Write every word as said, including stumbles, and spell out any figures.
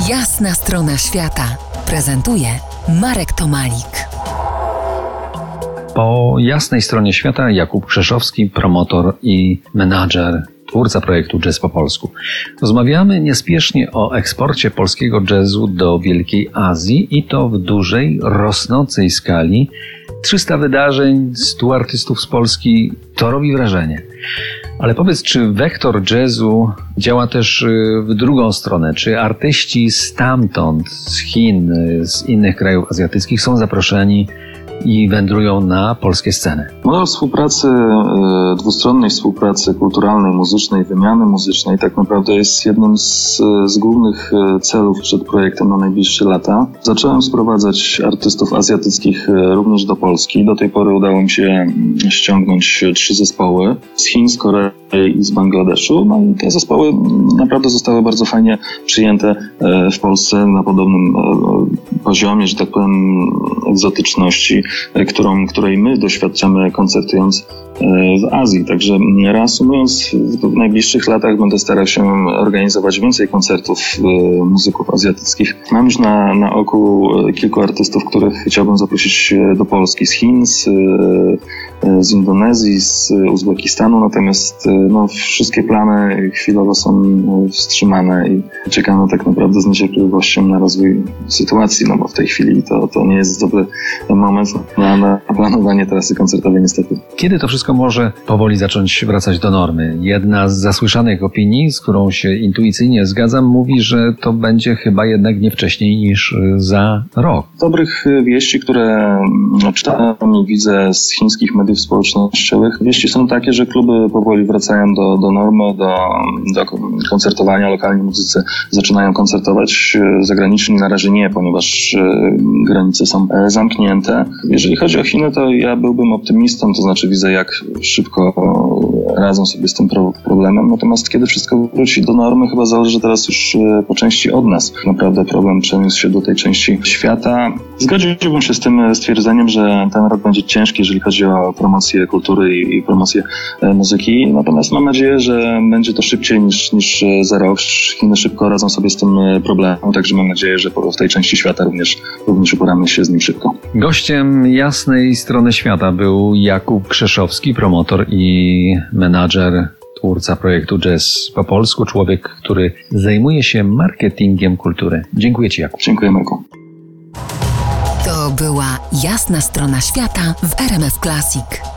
Jasna strona świata prezentuje Marek Tomalik. Po jasnej stronie świata Jakub Krzeszowski, promotor i menadżer, twórca projektu Jazz po polsku. Rozmawiamy niespiesznie o eksporcie polskiego jazzu do Wielkiej Azji i to w dużej, rosnącej skali. trzysta wydarzeń, stu artystów z Polski, to robi wrażenie. Ale powiedz, czy wektor jazzu działa też w drugą stronę? Czy artyści stamtąd, z Chin, z innych krajów azjatyckich są zaproszeni i wędrują na polskie sceny? Model współpracy, dwustronnej współpracy kulturalnej, muzycznej, wymiany muzycznej tak naprawdę jest jednym z, z głównych celów przed projektem na najbliższe lata. Zacząłem sprowadzać artystów azjatyckich również do Polski. Do tej pory udało mi się ściągnąć trzy zespoły z Chin, z Korei i z Bangladeszu. No i te zespoły naprawdę zostały bardzo fajnie przyjęte w Polsce na podobnym poziomie, że tak powiem, egzotyczności, którą, której my doświadczamy koncertując w Azji. Także reasumując, w najbliższych latach będę starał się organizować więcej koncertów muzyków azjatyckich. Mam już na, na oku kilku artystów, których chciałbym zaprosić do Polski, z Chin, z, z Indonezji, z Uzbekistanu, natomiast no, wszystkie plany chwilowo są wstrzymane i czekamy tak naprawdę z niecierpliwością na rozwój sytuacji, no bo w tej chwili to, to nie jest dobry moment na, na planowanie trasy koncertowej niestety. Kiedy to wszystko może powoli zacząć wracać do normy? Jedna z zasłyszanych opinii, z którą się intuicyjnie zgadzam, mówi, że to będzie chyba jednak nie wcześniej niż za rok. Dobrych wieści, które czytam i widzę z chińskich mediów społecznościowych, wieści są takie, że kluby powoli wracają do, do normy, do, do koncertowania. Lokalni muzycy zaczynają koncertować, zagraniczni na razie nie, ponieważ granice są zamknięte. Jeżeli chodzi o Chiny, to ja byłbym optymistą, to znaczy widzę, jak szybko radzą sobie z tym problemem. Natomiast kiedy wszystko wróci do normy, chyba zależy teraz już po części od nas. Naprawdę problem przeniósł się do tej części świata. Zgodziłbym się z tym stwierdzeniem, że ten rok będzie ciężki, jeżeli chodzi o promocję kultury i, i promocję muzyki. Natomiast mam nadzieję, że będzie to szybciej niż, niż za rok. Chiny szybko radzą sobie z tym problemem, także mam nadzieję, że w tej części świata również, również uporamy się z nim szybko. Gościem jasnej strony świata był Jakub Krzeszowski, promotor i menadżer, twórca projektu Jazz po polsku, człowiek, który zajmuje się marketingiem kultury. Dziękuję Ci, Jakub. Dziękuję, Marku. To była jasna strona świata w R M F Classic.